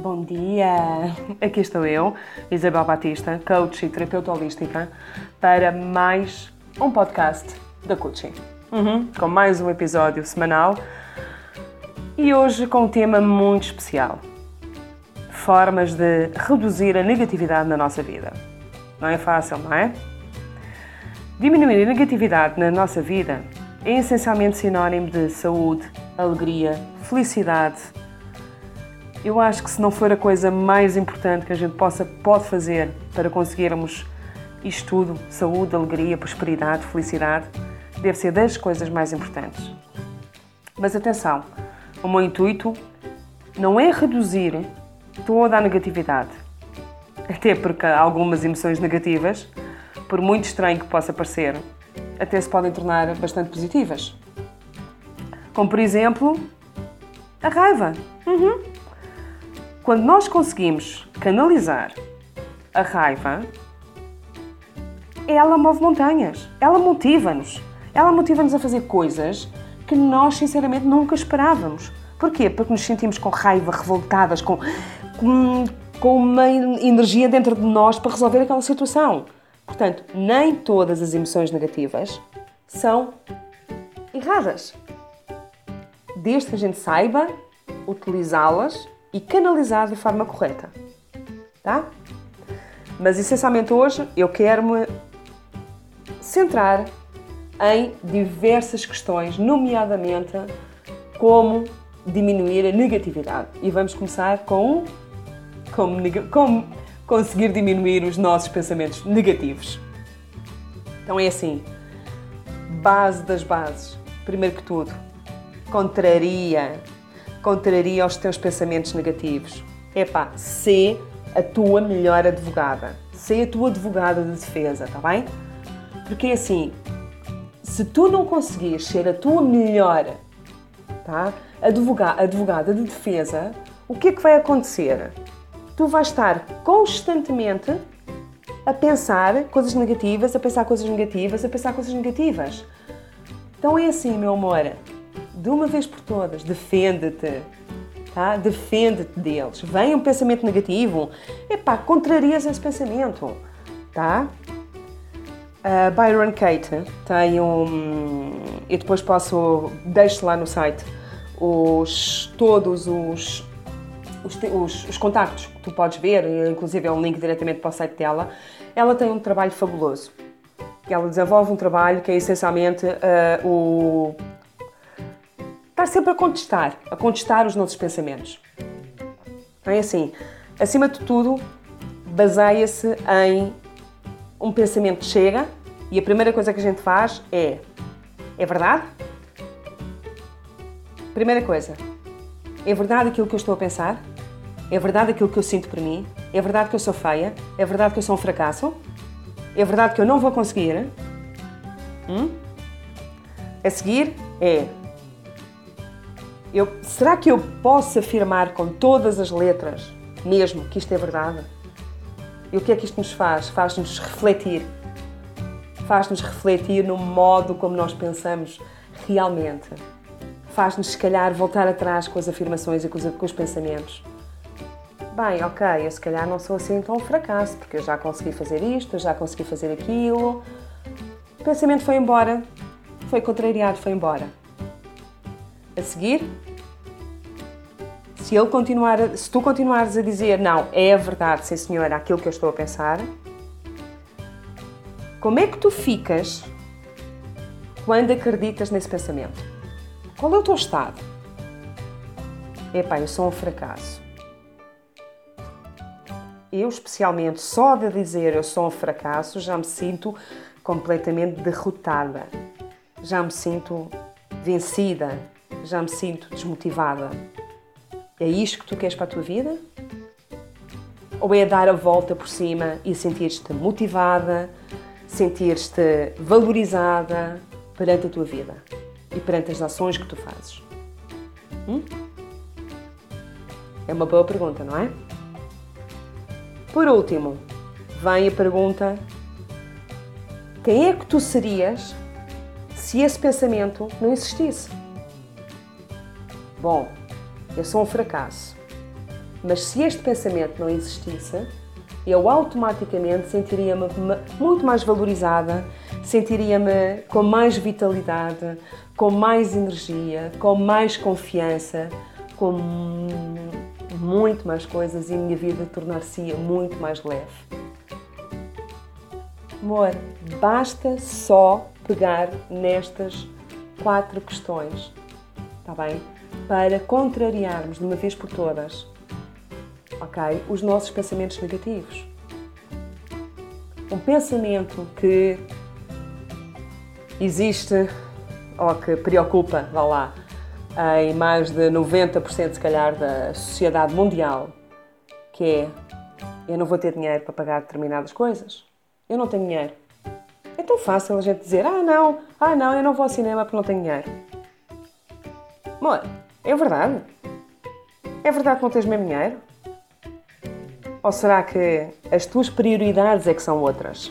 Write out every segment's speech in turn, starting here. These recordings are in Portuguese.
bom dia! Aqui estou eu, Isabel Batista, coach e terapeuta holística, para mais um podcast da Coaching. Com mais um episódio semanal e hoje com um tema muito especial. Formas de reduzir a negatividade na nossa vida. Não é fácil, não é? Diminuir a negatividade na nossa vida é essencialmente sinónimo de saúde, alegria, felicidade. Eu acho que se não for a coisa mais importante que a gente pode fazer para conseguirmos isto tudo, saúde, alegria, prosperidade, felicidade, deve ser das coisas mais importantes. Mas atenção, o meu intuito não é reduzir toda a negatividade. Até porque algumas emoções negativas, por muito estranho que possa parecer, até se podem tornar bastante positivas. Como, por exemplo, a raiva. Quando nós conseguimos canalizar a raiva, ela move montanhas, ela motiva-nos. Ela motiva-nos a fazer coisas que nós, sinceramente, nunca esperávamos. Porquê? Porque nos sentimos com raiva, revoltadas, com uma energia dentro de nós para resolver aquela situação. Portanto, nem todas as emoções negativas são erradas. Desde que a gente saiba utilizá-las e canalizar de forma correta. Tá? Mas, essencialmente, hoje eu quero me centrar em diversas questões, nomeadamente como diminuir a negatividade. E vamos começar com como conseguir diminuir os nossos pensamentos negativos. Então é assim, base das bases. Primeiro que tudo, contraria os teus pensamentos negativos. Sê a tua melhor advogada. Sê a tua advogada de defesa, tá bem? Porque é assim, se tu não conseguires ser a tua melhor, tá? advogada de defesa, o que é que vai acontecer? Tu vais estar constantemente a pensar coisas negativas, a pensar coisas negativas, a pensar coisas negativas. Então é assim, meu amor, de uma vez por todas, defende-te, tá? Defende-te deles. Vem um pensamento negativo, contrarias esse pensamento, tá? A Byron Katie tem eu depois deixo lá no site todos os contactos que tu podes ver, inclusive é um link diretamente para o site dela. Ela tem um trabalho fabuloso. Ela desenvolve um trabalho que é essencialmente estar sempre a contestar os nossos pensamentos. Então é assim, acima de tudo, baseia-se em um pensamento que chega e a primeira coisa que a gente faz é verdade? Primeira coisa, é verdade aquilo que eu estou a pensar? É verdade aquilo que eu sinto por mim? É verdade que eu sou feia? É verdade que eu sou um fracasso? É verdade que eu não vou conseguir? A seguir será que eu posso afirmar com todas as letras mesmo que isto é verdade? E o que é que isto nos faz? Faz-nos refletir. Faz-nos refletir no modo como nós pensamos realmente. Faz-nos, se calhar, voltar atrás com as afirmações e com os pensamentos. Bem, ok, eu se calhar não sou assim tão fracasso, porque eu já consegui fazer isto, eu já consegui fazer aquilo. O pensamento foi embora, foi contrariado, foi embora. A seguir, se tu continuares a dizer, não, é verdade, sim senhora, aquilo que eu estou a pensar, como é que tu ficas quando acreditas nesse pensamento? Qual é o teu estado? Eu sou um fracasso. Eu, especialmente, só de dizer eu sou um fracasso, já me sinto completamente derrotada. Já me sinto vencida. Já me sinto desmotivada. É isto que tu queres para a tua vida? Ou é dar a volta por cima e sentir-te motivada, sentir-te valorizada perante a tua vida e perante as ações que tu fazes? É uma boa pergunta, não é? Por último, vem a pergunta: quem é que tu serias se esse pensamento não existisse? Bom, eu sou um fracasso. Mas se este pensamento não existisse, eu automaticamente sentiria-me muito mais valorizada, sentiria-me com mais vitalidade, com mais energia, com mais confiança, com muito mais coisas e a minha vida tornar-se muito mais leve. Amor, basta só pegar nestas 4 questões, está bem? Para contrariarmos de uma vez por todas, ok? Os nossos pensamentos negativos. Um pensamento que existe ou que preocupa, vá lá, em mais de 90% se calhar da sociedade mundial, que é: eu não vou ter dinheiro para pagar determinadas coisas, eu não tenho dinheiro. É tão fácil a gente dizer: não, eu não vou ao cinema porque não tenho dinheiro. Amor, é verdade? É verdade que não tens mesmo dinheiro? Ou será que as tuas prioridades é que são outras?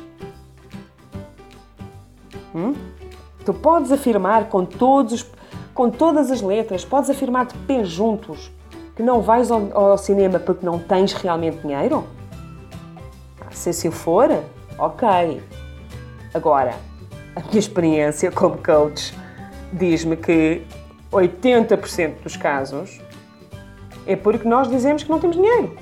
Tu podes afirmar com todas as letras, podes afirmar de pé juntos que não vais ao cinema porque não tens realmente dinheiro? Se assim for, ok. Agora, a minha experiência como coach diz-me que 80% dos casos é porque nós dizemos que não temos dinheiro.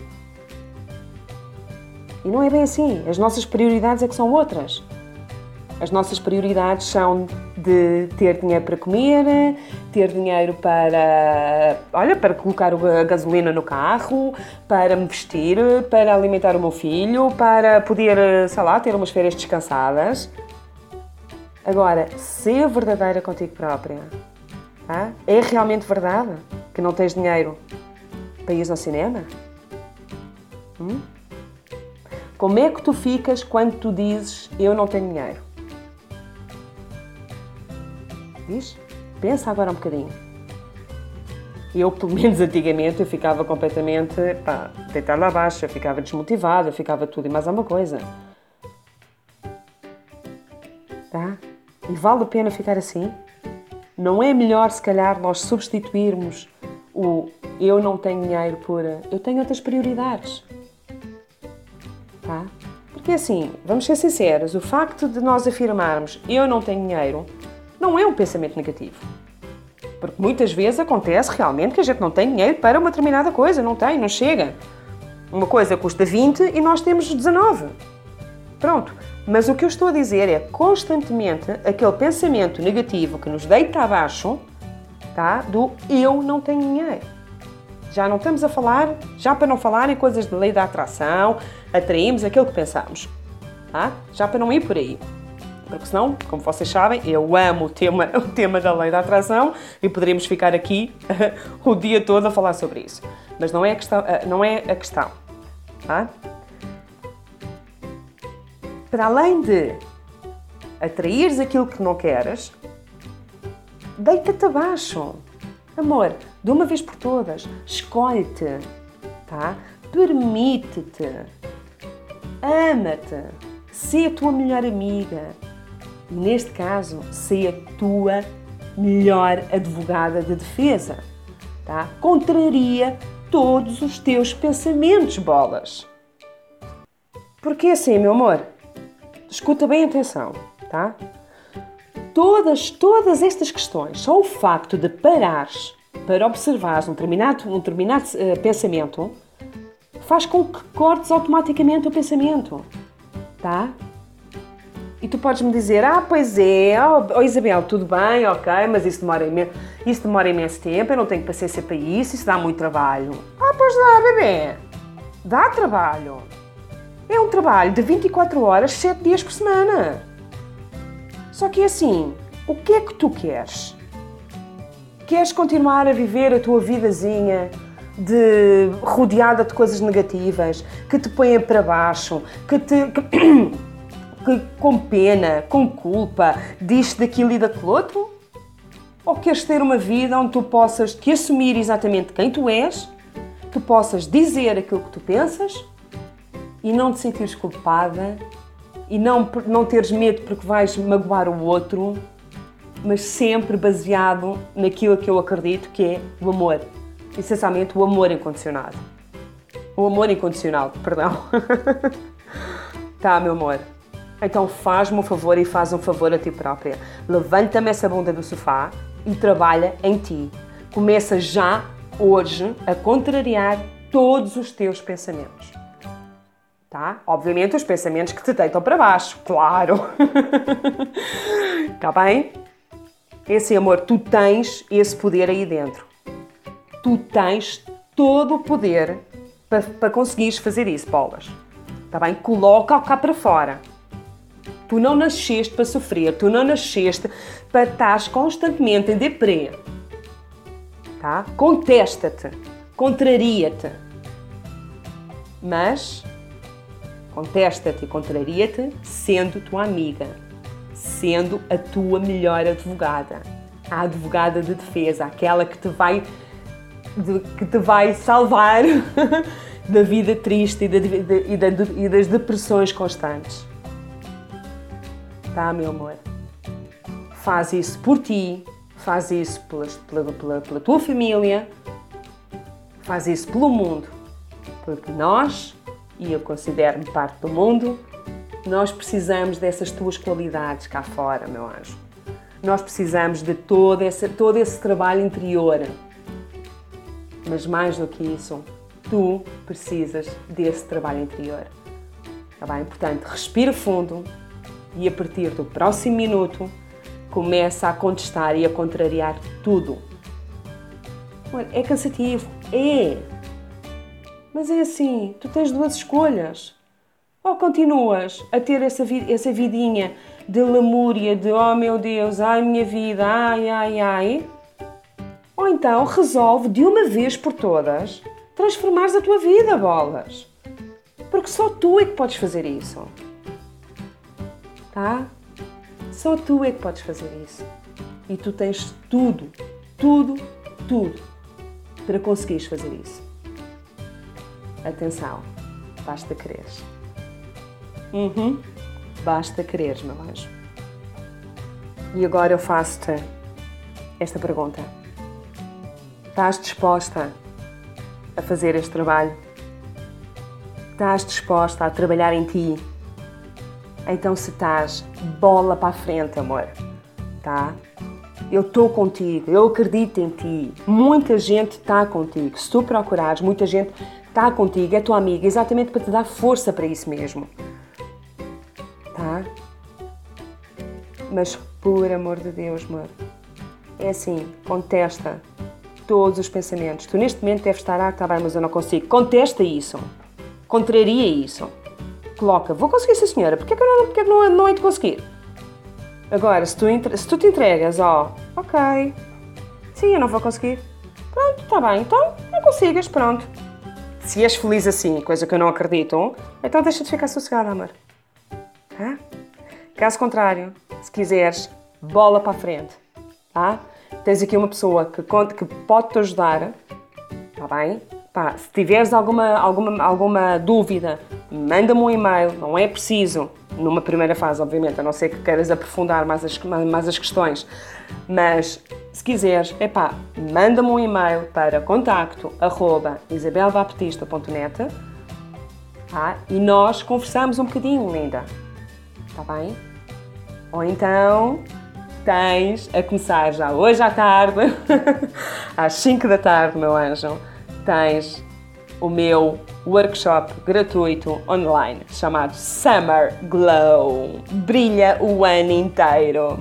E não é bem assim. As nossas prioridades é que são outras. As nossas prioridades são de ter dinheiro para comer, ter dinheiro para colocar a gasolina no carro, para me vestir, para alimentar o meu filho, para poder, sei lá, ter umas férias descansadas. Agora, ser verdadeira contigo própria. Tá? É realmente verdade que não tens dinheiro para ir ao cinema? Como é que tu ficas quando tu dizes: eu não tenho dinheiro? Diz? Pensa agora um bocadinho. Eu, pelo menos antigamente, eu ficava completamente deitada abaixo, eu ficava desmotivada, eu ficava tudo e mais alguma coisa. Tá? E vale a pena ficar assim? Não é melhor, se calhar, nós substituirmos o eu não tenho dinheiro por eu tenho outras prioridades? Tá? Porque assim, vamos ser sinceros, o facto de nós afirmarmos eu não tenho dinheiro não é um pensamento negativo. Porque muitas vezes acontece realmente que a gente não tem dinheiro para uma determinada coisa, não chega. Uma coisa custa 20 e nós temos 19. Pronto. Mas o que eu estou a dizer é constantemente aquele pensamento negativo que nos deita abaixo, tá? Do eu não tenho dinheiro. Já não estamos a falar, já para não falar em coisas de lei da atração, atraímos aquilo que pensamos, tá? Já para não ir por aí. Porque senão, como vocês sabem, eu amo o tema da lei da atração e poderíamos ficar aqui o dia todo a falar sobre isso. Mas não é a questão, tá? Para além de atraires aquilo que não queres, deita-te abaixo. Amor, de uma vez por todas, escolhe-te, tá? Permite-te, ama-te, sê a tua melhor amiga. E neste caso, sê a tua melhor advogada de defesa, tá? Contraria todos os teus pensamentos, bolas. Porque assim, meu amor, escuta bem atenção, tá? Todas estas questões, só o facto de parares para observares um determinado pensamento, faz com que cortes automaticamente o pensamento, tá? E tu podes me dizer: pois é, Isabel, tudo bem, ok, mas isso demora imenso tempo, eu não tenho paciência para isso dá muito trabalho. Pois dá, bebê, dá trabalho. É um trabalho de 24 horas, 7 dias por semana. Só que é assim, o que é que tu queres? Queres continuar a viver a tua vidazinha rodeada de coisas negativas, que te põem para baixo, que com pena, com culpa, diz daquilo e daquilo outro? Ou queres ter uma vida onde tu possas te assumir exatamente quem tu és, tu possas dizer aquilo que tu pensas e não te sentires culpada e não teres medo porque vais magoar o outro, mas sempre baseado naquilo que eu acredito que é o amor, essencialmente o amor incondicionado. O amor incondicional, perdão. Tá, meu amor. Então faz-me um favor e faz um favor a ti própria. Levanta-me essa bunda do sofá e trabalha em ti. Começa já, hoje, a contrariar todos os teus pensamentos. Tá? Obviamente os pensamentos que te deitam para baixo, claro. Tá bem? Esse amor, tu tens esse poder aí dentro. Tu tens todo o poder para conseguires fazer isso, bolas. Tá bem? Coloca-o cá para fora. Tu não nasceste para sofrer, tu não nasceste para estar constantemente em deprê. Tá? Contesta-te, contraria-te. Mas contesta-te e contraria-te sendo tua amiga, sendo a tua melhor advogada. A advogada de defesa, aquela que te vai salvar da vida triste e das depressões constantes. Tá, meu amor? Faz isso por ti, faz isso pela tua família, faz isso pelo mundo. Porque nós, e eu considero-me parte do mundo, nós precisamos dessas tuas qualidades cá fora, meu anjo. Nós precisamos de todo esse trabalho interior. Mas mais do que isso, tu precisas desse trabalho interior. Tá bem? Portanto, respira fundo e a partir do próximo minuto começa a contestar e a contrariar tudo. É cansativo? É. Mas é assim, tu tens duas escolhas. Ou continuas a ter essa vidinha de lamúria, de oh meu Deus, ai minha vida, ai, ai, ai. Ou então resolve de uma vez por todas transformares a tua vida, bolas. Porque só tu é que podes fazer isso. Tá? Só tu é que podes fazer isso. E tu tens tudo para conseguires fazer isso. Atenção, basta quereres. Basta quereres, meu anjo. E agora eu faço-te esta pergunta. Estás disposta a fazer este trabalho? Estás disposta a trabalhar em ti? Então se estás, bola para a frente, amor. Tá? Eu estou contigo, eu acredito em ti. Muita gente está contigo. Se tu procurares, muita gente está contigo, é tua amiga, exatamente para te dar força para isso mesmo. Tá? Mas, por amor de Deus, amor, é assim, contesta todos os pensamentos. Tu neste momento deves estar, está bem, mas eu não consigo. Contesta isso. Contraria isso. Coloca, vou conseguir, sim senhora, porque é que não hei de conseguir? Agora, se tu te entregas, ok, sim, eu não vou conseguir. Pronto, está bem, então não consigas, pronto. Se és feliz assim, coisa que eu não acredito, então deixa de ficar sossegada, amor. Tá? Caso contrário, se quiseres, bola para a frente, tá? Tens aqui uma pessoa que pode te ajudar, tá bem? Pá, se tiveres alguma dúvida, manda-me um e-mail, não é preciso, numa primeira fase, obviamente, a não ser que queiras aprofundar mais as questões, mas se quiseres, manda-me um e-mail para contacto@isabelbaptista.net, tá? E nós conversamos um bocadinho, linda, tá bem? Ou então tens a começar já hoje à tarde, às 5 da tarde, meu anjo, tens o meu workshop gratuito online chamado Summer Glow. Brilha o ano inteiro.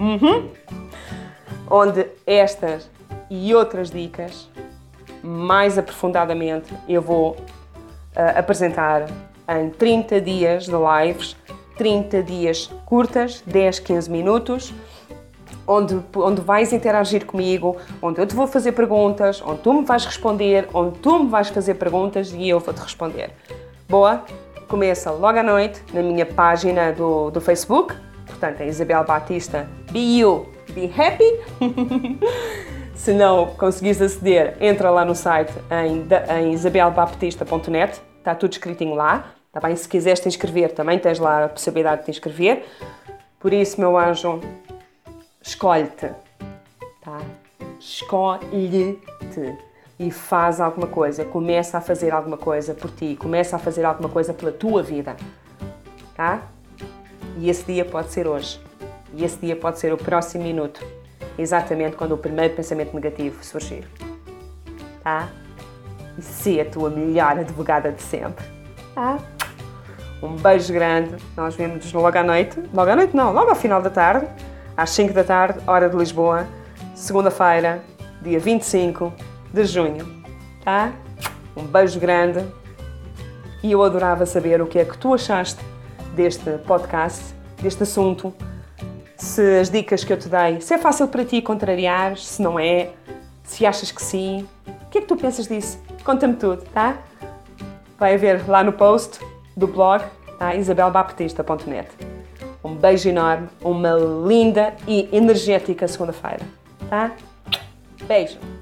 Onde estas e outras dicas, mais aprofundadamente, eu vou apresentar em 30 dias de lives, 30 dias curtas, 10, 15 minutos, onde vais interagir comigo, onde eu te vou fazer perguntas, onde tu me vais responder, onde tu me vais fazer perguntas e eu vou-te responder. Boa? Começa logo à noite na minha página do Facebook, portanto é Isabel Batista, Be You, Be Happy. Se não conseguires aceder, entra lá no site em isabelbaptista.net, está tudo escritinho lá, tá bem? Se quiseres te inscrever, também tens lá a possibilidade de te inscrever. Por isso, meu anjo, escolhe-te, tá? Escolhe-te. e faz alguma coisa, começa a fazer alguma coisa por ti, começa a fazer alguma coisa pela tua vida, tá? E esse dia pode ser hoje, e esse dia pode ser o próximo minuto, exatamente quando o primeiro pensamento negativo surgir, tá? E ser a tua melhor advogada de sempre, tá? Um beijo grande, nós vemos-nos logo à noite não, logo ao final da tarde, às 5 da tarde, hora de Lisboa, segunda-feira, dia 25 de junho, tá? Um beijo grande e eu adorava saber o que é que tu achaste deste podcast, deste assunto, se as dicas que eu te dei, se é fácil para ti contrariar, se não é, se achas que sim, o que é que tu pensas disso? Conta-me tudo, tá? Vai haver lá no post do blog, tá? isabelbaptista.net. Um beijo enorme, uma linda e energética segunda-feira, tá? Beijo!